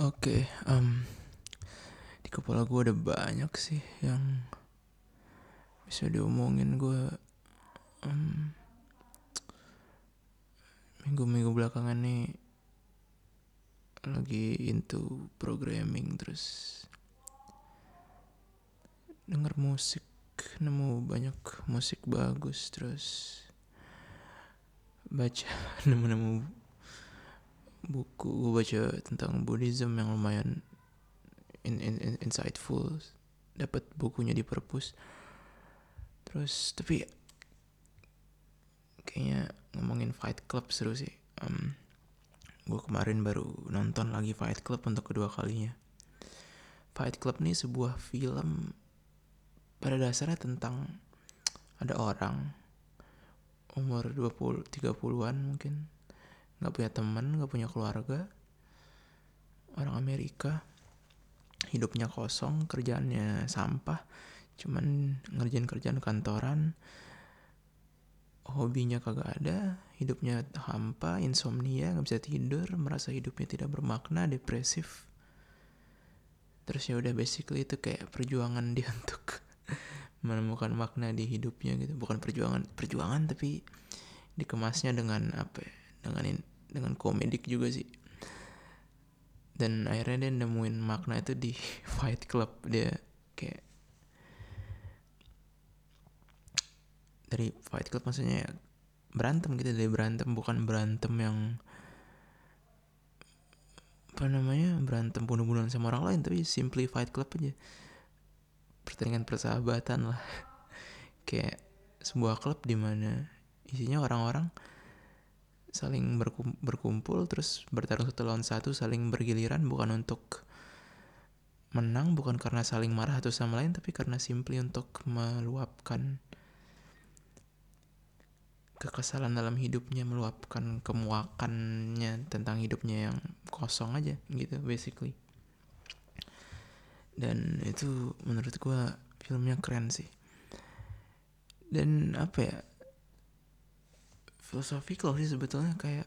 Oke, di kepala gue ada banyak sih yang bisa diomongin. Gue minggu-minggu belakangan nih lagi into programming, terus denger musik, nemu banyak musik bagus, terus baca nemu-nemu buku. Gue baca tentang Buddhism yang lumayan insightful, dapat bukunya di perpus. Terus tapi kayaknya ngomongin Fight Club seru sih. Gue kemarin baru nonton lagi Fight Club untuk kedua kalinya. Fight Club nih sebuah film pada dasarnya tentang ada orang umur 20 30-an mungkin, nggak punya teman, nggak punya keluarga, orang Amerika, hidupnya kosong, kerjaannya sampah, cuman ngerjain kerjaan kantoran, hobinya kagak ada, hidupnya hampa, insomnia, nggak bisa tidur, merasa hidupnya tidak bermakna, depresif. Terus ya udah, basically itu kayak perjuangan dia untuk menemukan makna di hidupnya gitu. Bukan perjuangan tapi dikemasnya dengan apa ya, dengan komedik juga sih. Dan akhirnya dia nemuin makna itu di Fight Club. Dia kayak dari Fight Club, maksudnya berantem gitu. Dia berantem, bukan berantem yang berantem bunuh-bunuhan sama orang lain, tapi simply Fight Club aja, pertandingan persahabatan lah. Kayak sebuah klub di mana isinya orang-orang saling berkumpul, terus bertarung satu lawan satu, saling bergiliran, bukan untuk menang, bukan karena saling marah satu sama lain, tapi karena simply untuk meluapkan kekesalan dalam hidupnya, meluapkan kemuakannya tentang hidupnya yang kosong aja gitu basically. Dan itu menurut gue filmnya keren sih. Dan apa ya, philosophical sih sebetulnya. Kayak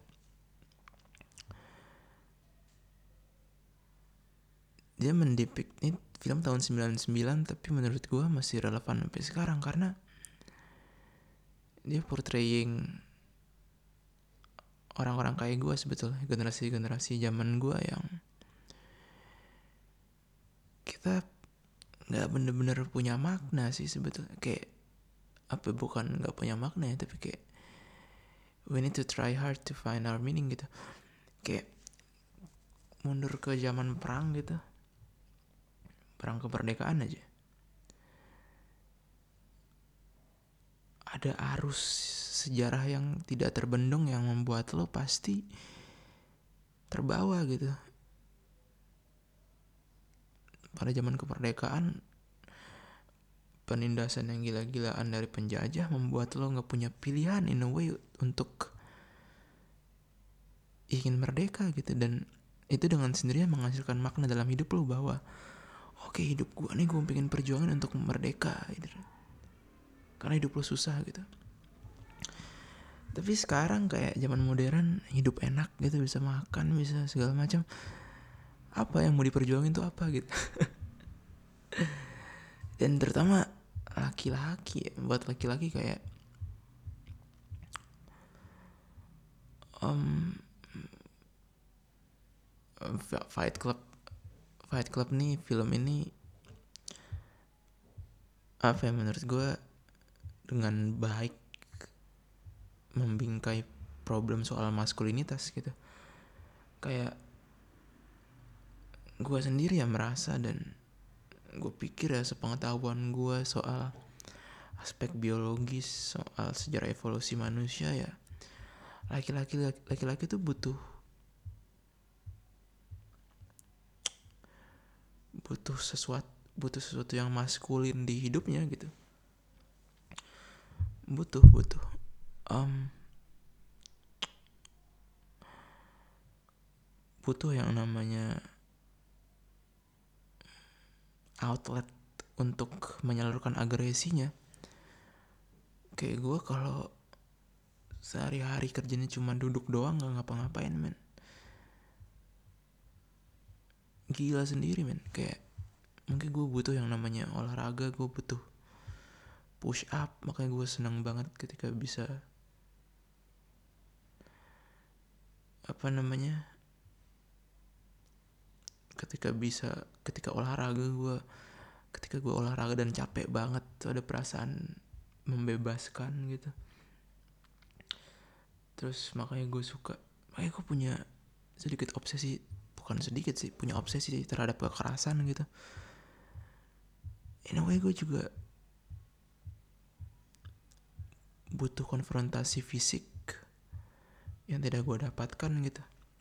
dia mendepict, ini film tahun 99 tapi menurut gue masih relevan sampai sekarang, karena dia portraying orang-orang kayak gue sebetulnya, generasi zaman gue, yang kita nggak bener-bener punya makna sih sebetulnya. Kayak apa, bukan nggak punya makna ya, tapi kayak we need to try hard to find our meaning gitu. Kayak mundur ke zaman perang gitu, perang kemerdekaan aja, ada arus sejarah yang tidak terbendung yang membuat lo pasti terbawa gitu. Pada zaman kemerdekaan, penindasan yang gila-gilaan dari penjajah membuat lo gak punya pilihan in a way untuk ingin merdeka gitu. Dan itu dengan sendirinya menghasilkan makna dalam hidup lo, bahwa oke, hidup gue nih, gue pengen perjuangan untuk merdeka gitu, karena hidup lo susah gitu. Tapi sekarang kayak zaman modern, hidup enak gitu, bisa makan, bisa segala macam, apa yang mau diperjuangin tuh apa gitu. Dan terutama laki-laki, buat laki-laki kayak Fight Club nih, film ini apa ya, menurut gue dengan baik membingkai problem soal maskulinitas gitu. Kayak gue sendiri ya merasa, dan gue pikir ya, sepengetahuan gue soal aspek biologis, soal sejarah evolusi manusia ya, laki-laki tuh butuh sesuatu yang maskulin di hidupnya gitu. Butuh butuh yang namanya outlet untuk menyalurkan agresinya. Kayak gue kalau sehari-hari kerjanya cuma duduk doang, gak ngapa-ngapain men, gila sendiri men. Kayak mungkin gue butuh yang namanya olahraga, gue butuh push up. Makanya gue senang banget ketika bisa ketika olahraga gue, ketika gue olahraga dan capek banget tuh ada perasaan membebaskan gitu. Terus makanya gue punya sedikit obsesi, bukan sedikit sih, punya obsesi terhadap kekerasan gitu. In a way gue juga butuh konfrontasi fisik yang tidak gue dapatkan gitu.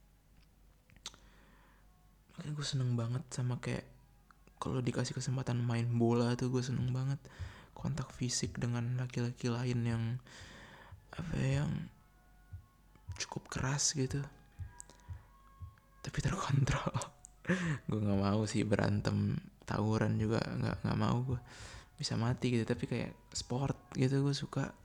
Makanya gue seneng banget sama kayak kalau dikasih kesempatan main bola tuh gue seneng banget kontak fisik dengan laki-laki lain yang yang cukup keras gitu, tapi terkontrol. Gue nggak mau sih berantem, tawuran juga nggak mau gue, bisa mati gitu. Tapi kayak sport gitu gue suka,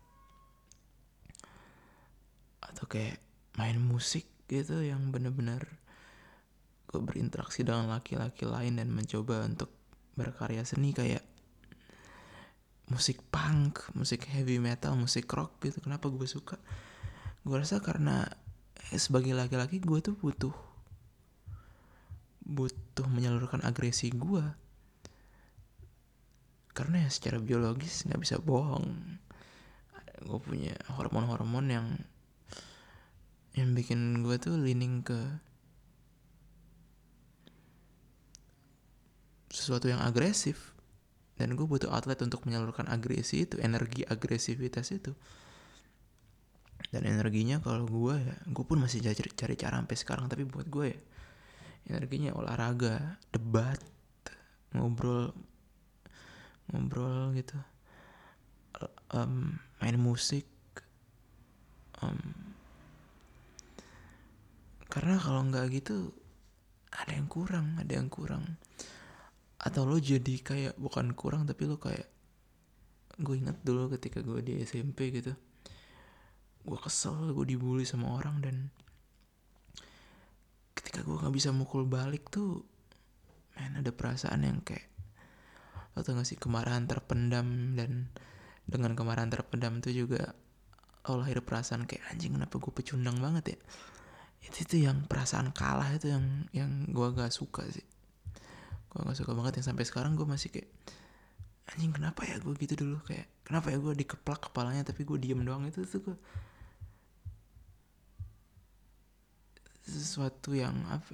atau kayak main musik gitu yang bener-bener gue berinteraksi dengan laki-laki lain dan mencoba untuk berkarya seni kayak musik punk, musik heavy metal, musik rock gitu. Kenapa gue suka? Gue rasa karena sebagai laki-laki gue tuh butuh menyalurkan agresi gue, karena ya secara biologis nggak bisa bohong, gue punya hormon-hormon yang bikin gue tuh leaning ke sesuatu yang agresif, dan gue butuh outlet untuk menyalurkan agresi itu, energi agresivitas itu. Dan energinya kalau gue pun masih cari cara sampai sekarang, tapi buat gue ya energinya olahraga, debat, ngobrol gitu, main musik. Karena kalau nggak gitu ada yang kurang. Atau lo jadi kayak bukan kurang, tapi lo kayak, gue inget dulu ketika gue di SMP gitu, gue kesel, gue dibully sama orang, dan ketika gue nggak bisa mukul balik tuh, ada perasaan yang kayak, lo tau gak sih, kemarahan terpendam. Dan dengan kemarahan terpendam tuh juga lo lahir perasaan kayak, anjing kenapa gue pecundang banget ya. Itu yang perasaan kalah itu yang gue gak suka sih. Gue gak suka banget, yang sampai sekarang gue masih kayak, anjing kenapa ya gue gitu dulu, kayak kenapa ya gue dikeplak kepalanya tapi gue diem doang. Itu tuh gue sesuatu yang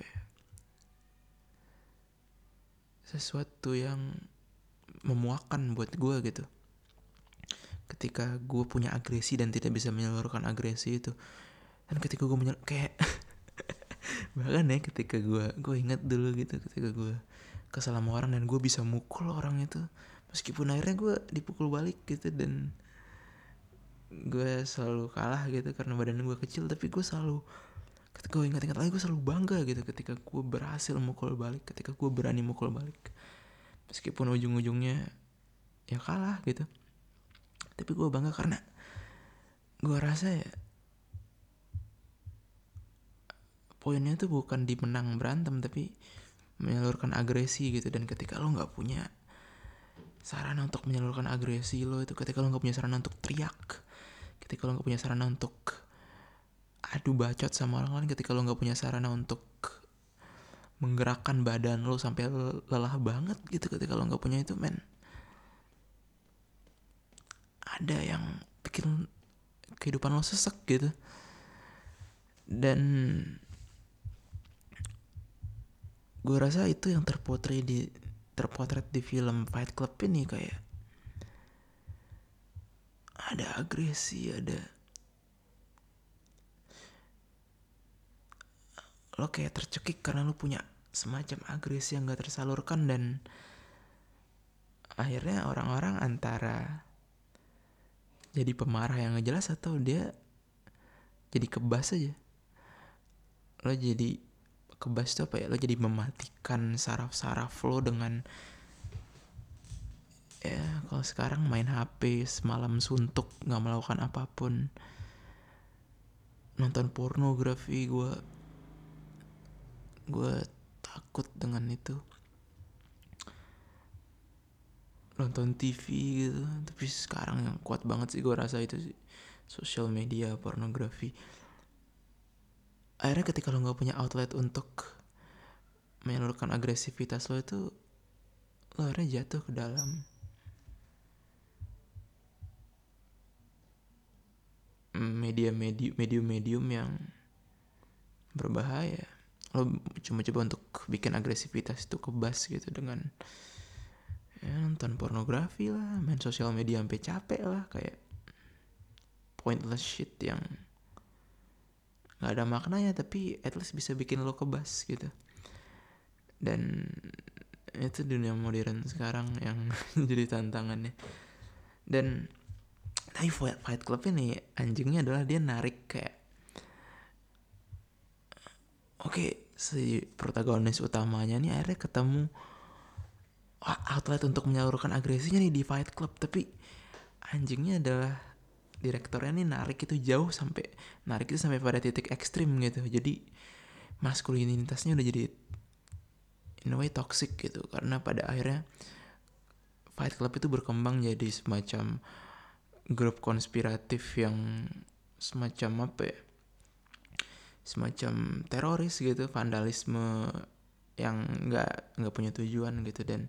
sesuatu yang memuakkan buat gue gitu, ketika gue punya agresi dan tidak bisa menyalurkan agresi itu. Dan ketika gue kayak bahkan ya ketika gue ingat dulu gitu, ketika gue kesal sama orang dan gue bisa mukul orang itu, meskipun akhirnya gue dipukul balik gitu, dan gue selalu kalah gitu karena badan gue kecil, tapi gue selalu, ketika gue ingat-ingat lagi, gue selalu bangga gitu ketika gue berhasil mukul balik, ketika gue berani mukul balik, meskipun ujung-ujungnya ya kalah gitu. Tapi gue bangga karena gue rasa ya poinnya tuh bukan di menang berantem, tapi menyalurkan agresi gitu. Dan ketika lo nggak punya sarana untuk menyalurkan agresi lo itu, ketika lo nggak punya sarana untuk teriak, ketika lo nggak punya sarana untuk adu bacot sama orang lain, ketika lo nggak punya sarana untuk menggerakkan badan lo sampai lelah banget gitu, ketika lo nggak punya itu, ada yang bikin kehidupan lo sesek gitu. Dan gue rasa itu yang terpotret di film Fight Club ini, kayak ada agresi, lo kayak tercekik karena lo punya semacam agresi yang gak tersalurkan. Dan akhirnya orang-orang antara jadi pemarah yang gak jelas, atau dia jadi kebas aja. Lo jadi kebas tuh apa ya, lo jadi mematikan saraf-saraf lo dengan, ya kalau sekarang main HP semalam suntuk, gak melakukan apapun, nonton pornografi. Gue takut dengan itu, nonton TV gitu. Tapi sekarang yang kuat banget sih gue rasa itu sih sosial media, pornografi. Akhirnya ketika lo nggak punya outlet untuk menyalurkan agresivitas lo, itu lo akhirnya jatuh ke dalam medium yang berbahaya. Lo cuma coba untuk bikin agresivitas itu kebas gitu dengan nonton pornografi lah, main sosial media sampai capek lah, kayak pointless shit yang nggak ada maknanya, tapi at least bisa bikin lo kebas gitu. Dan itu dunia modern sekarang yang jadi tantangannya. Dan tapi Fight Club ini anjingnya adalah dia narik kayak, oke, si protagonis utamanya nih akhirnya ketemu outlet untuk menyalurkan agresinya nih di Fight Club. Tapi anjingnya adalah direktornya nih narik itu jauh, sampai narik itu sampai pada titik ekstrim gitu. Jadi maskulinitasnya udah jadi in a way toxic gitu, karena pada akhirnya Fight Club itu berkembang jadi semacam grup konspiratif yang semacam apa ya, semacam teroris gitu, vandalisme yang nggak punya tujuan gitu. Dan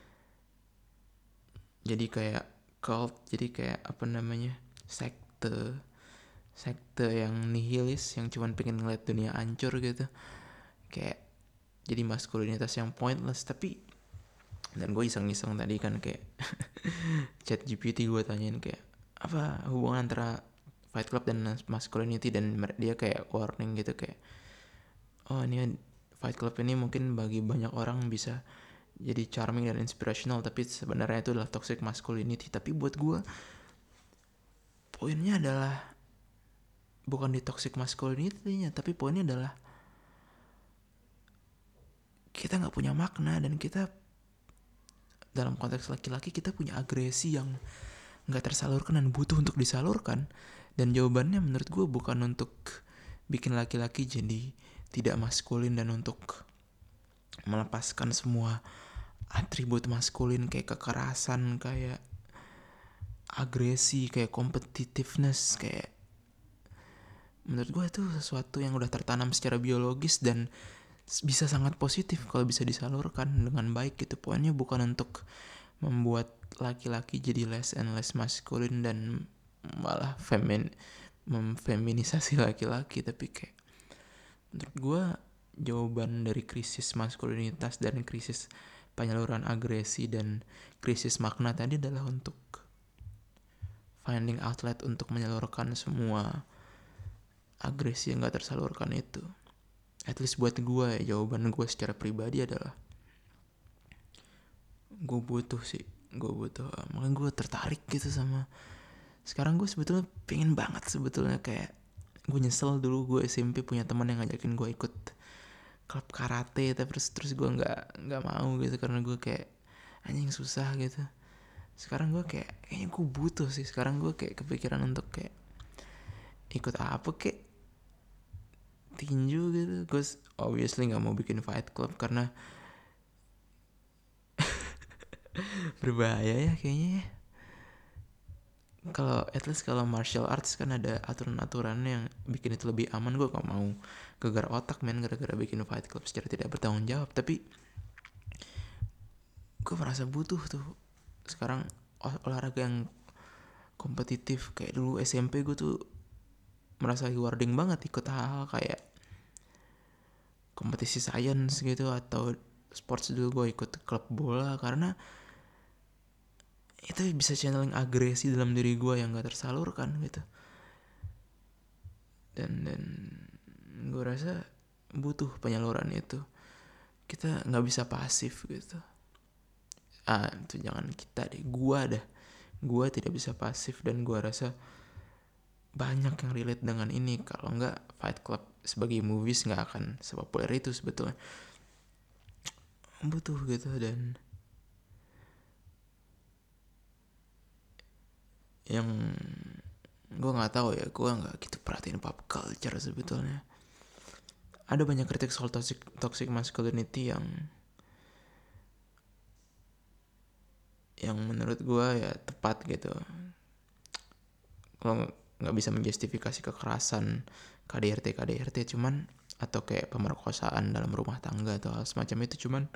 jadi kayak cult, jadi kayak apa namanya, sekte yang nihilis, yang cuman pengen ngeliat dunia hancur gitu. Kayak jadi maskulinitas yang pointless. Tapi dan gue iseng-iseng tadi kan kayak chat GPT gue tanyain kayak apa hubungan antara Fight Club dan masculinity, dan dia kayak warning gitu kayak, oh ini Fight Club ini mungkin bagi banyak orang bisa jadi charming dan inspirational, tapi sebenarnya itu adalah toxic masculinity. Tapi buat gue poinnya adalah bukan di toxic masculinity-nya, tapi poinnya adalah kita nggak punya makna, dan kita dalam konteks laki-laki kita punya agresi yang nggak tersalurkan dan butuh untuk disalurkan. Dan jawabannya menurut gue bukan untuk bikin laki-laki jadi tidak maskulin dan untuk melepaskan semua atribut maskulin kayak kekerasan, kayak agresi, kayak competitiveness. Kayak menurut gue itu sesuatu yang udah tertanam secara biologis dan bisa sangat positif kalau bisa disalurkan dengan baik gitu. Poinnya bukan untuk membuat laki-laki jadi less and less maskulin dan malah memfeminisasi laki-laki. Tapi kayak menurut gue jawaban dari krisis maskulinitas dan krisis penyaluran agresi dan krisis makna tadi adalah untuk finding outlet untuk menyalurkan semua agresi yang gak tersalurkan itu. At least buat gue ya, jawaban gue secara pribadi adalah gue butuh makanya gue tertarik gitu sama. Sekarang gue sebetulnya pengen banget sebetulnya, kayak gue nyesel dulu gue SMP punya teman yang ngajakin gue ikut klub karate, tapi terus gue nggak mau gitu karena gue kayak anjing susah gitu. Sekarang gue kayaknya gue butuh sih. Sekarang gue kayak kepikiran untuk kayak ikut apa kayak tinju gitu. Gue obviously nggak mau bikin Fight Club karena berbahaya ya kayaknya ya. Kalau at least kalau martial arts kan ada aturan-aturannya yang bikin itu lebih aman. Gue gak mau gegar otak men gara-gara bikin Fight Club secara tidak bertanggung jawab. Tapi gue merasa butuh tuh sekarang olahraga yang kompetitif. Kayak dulu SMP gue tuh merasa rewarding banget ikut hal-hal kayak kompetisi sains gitu, atau sports. Dulu gue ikut klub bola karena itu bisa channeling agresi dalam diri gue yang gak tersalurkan gitu. Dan gue rasa butuh penyaluran itu. Kita gak bisa pasif gitu. Itu jangan kita deh, gue tidak bisa pasif. Dan gue rasa banyak yang relate dengan ini. Kalau gak Fight Club sebagai movies gak akan sepopuler itu sebetulnya. Butuh gitu. Dan yang gue nggak tahu ya, gue nggak gitu perhatiin pop culture sebetulnya. ada banyak kritik soal toxic masculinity yang menurut gue ya tepat gitu. Kalau nggak bisa menjustifikasi kekerasan KDRT cuman, atau kayak pemerkosaan dalam rumah tangga atau hal semacam itu, cuman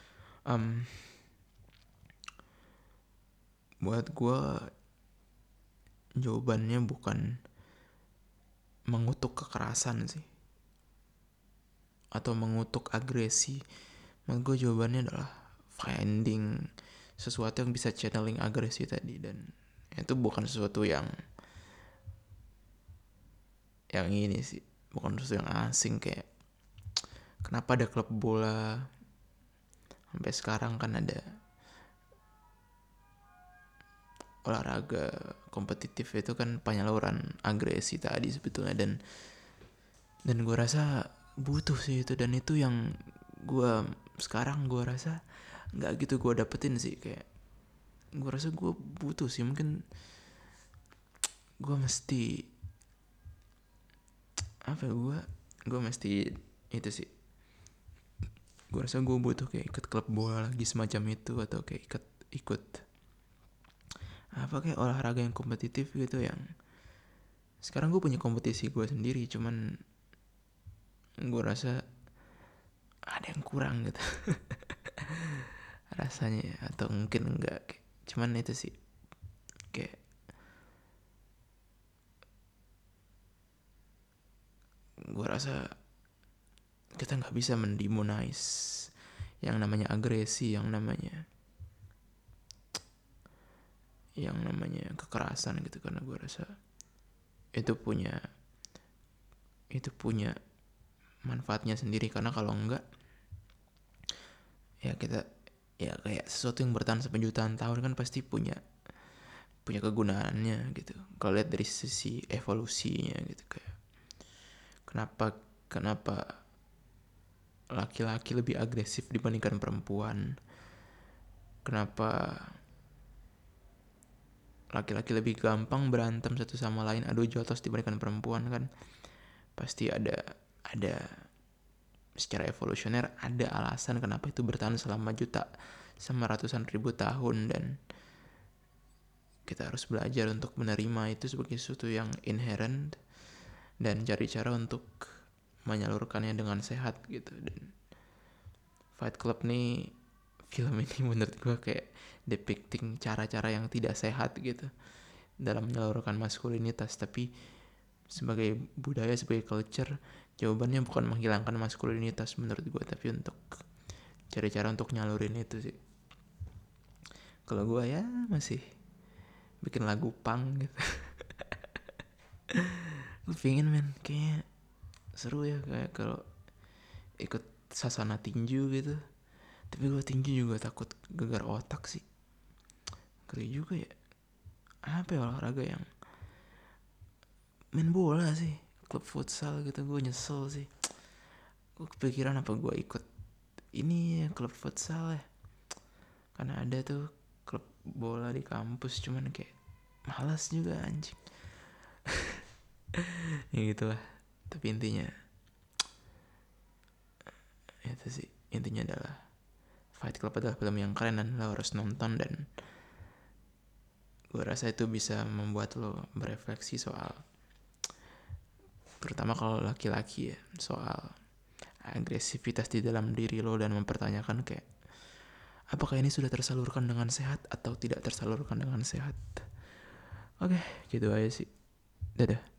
buat gue jawabannya bukan mengutuk kekerasan sih atau mengutuk agresi. Menurut gue jawabannya adalah finding sesuatu yang bisa channeling agresi tadi, dan itu bukan sesuatu yang ini sih, bukan sesuatu yang asing. Kayak kenapa ada klub bola sampai sekarang kan ada olahraga kompetitif, itu kan penyaluran agresi tadi sebetulnya, dan gue rasa butuh sih itu, dan itu yang gue sekarang gue rasa nggak gitu gue dapetin sih. Kayak gue rasa gue butuh sih, mungkin gue mesti gue mesti itu sih. Gue rasa gue butuh kayak ikut klub bola lagi semacam itu, atau kayak ikut kayak olahraga yang kompetitif gitu. Yang sekarang gue punya kompetisi gue sendiri, cuman gue rasa ada yang kurang gitu rasanya ya, atau mungkin enggak. Cuman itu sih, kayak gue rasa kita nggak bisa mendemonize yang namanya agresi, yang namanya kekerasan gitu, karena gue rasa itu punya manfaatnya sendiri. Karena kalau enggak ya kita ya kayak sesuatu yang bertahan sampai jutaan tahun kan pasti punya kegunaannya gitu. Kalau lihat dari sisi evolusinya gitu, kayak kenapa laki-laki lebih agresif dibandingkan perempuan, kenapa laki-laki lebih gampang berantem satu sama lain, adu jotos dibandingkan perempuan. Kan pasti ada secara evolusioner ada alasan kenapa itu bertahan selama ratusan ribu tahun, dan kita harus belajar untuk menerima itu sebagai sesuatu yang inherent dan cari cara untuk menyalurkannya dengan sehat gitu. Dan Fight Club nih, film ini menurut gue kayak depicting cara-cara yang tidak sehat gitu dalam menyalurkan maskulinitas. Tapi sebagai budaya, sebagai culture, jawabannya bukan menghilangkan maskulinitas menurut gue, tapi untuk cari cara untuk nyalurin itu sih. Kalau gue ya masih bikin lagu punk gitu gue pingin kayaknya seru ya, kayak kalau ikut sasana tinju gitu. Tapi gue tinju juga takut gegar otak sih, ngeri juga ya. Apa ya olahraga yang main bola sih, klub futsal gitu, gue nyesel sih. Gue kepikiran apa gue ikut ini ya, klub futsal ya, karena ada tuh klub bola di kampus, cuman kayak malas juga anjing ya gitulah. Tapi intinya itu sih, intinya adalah Fight Club adalah film yang keren dan lo harus nonton, dan gue rasa itu bisa membuat lo berefleksi soal, terutama kalau laki-laki ya, soal agresivitas di dalam diri lo, dan mempertanyakan kayak apakah ini sudah tersalurkan dengan sehat atau tidak tersalurkan dengan sehat. Oke, gitu aja sih. Dadah.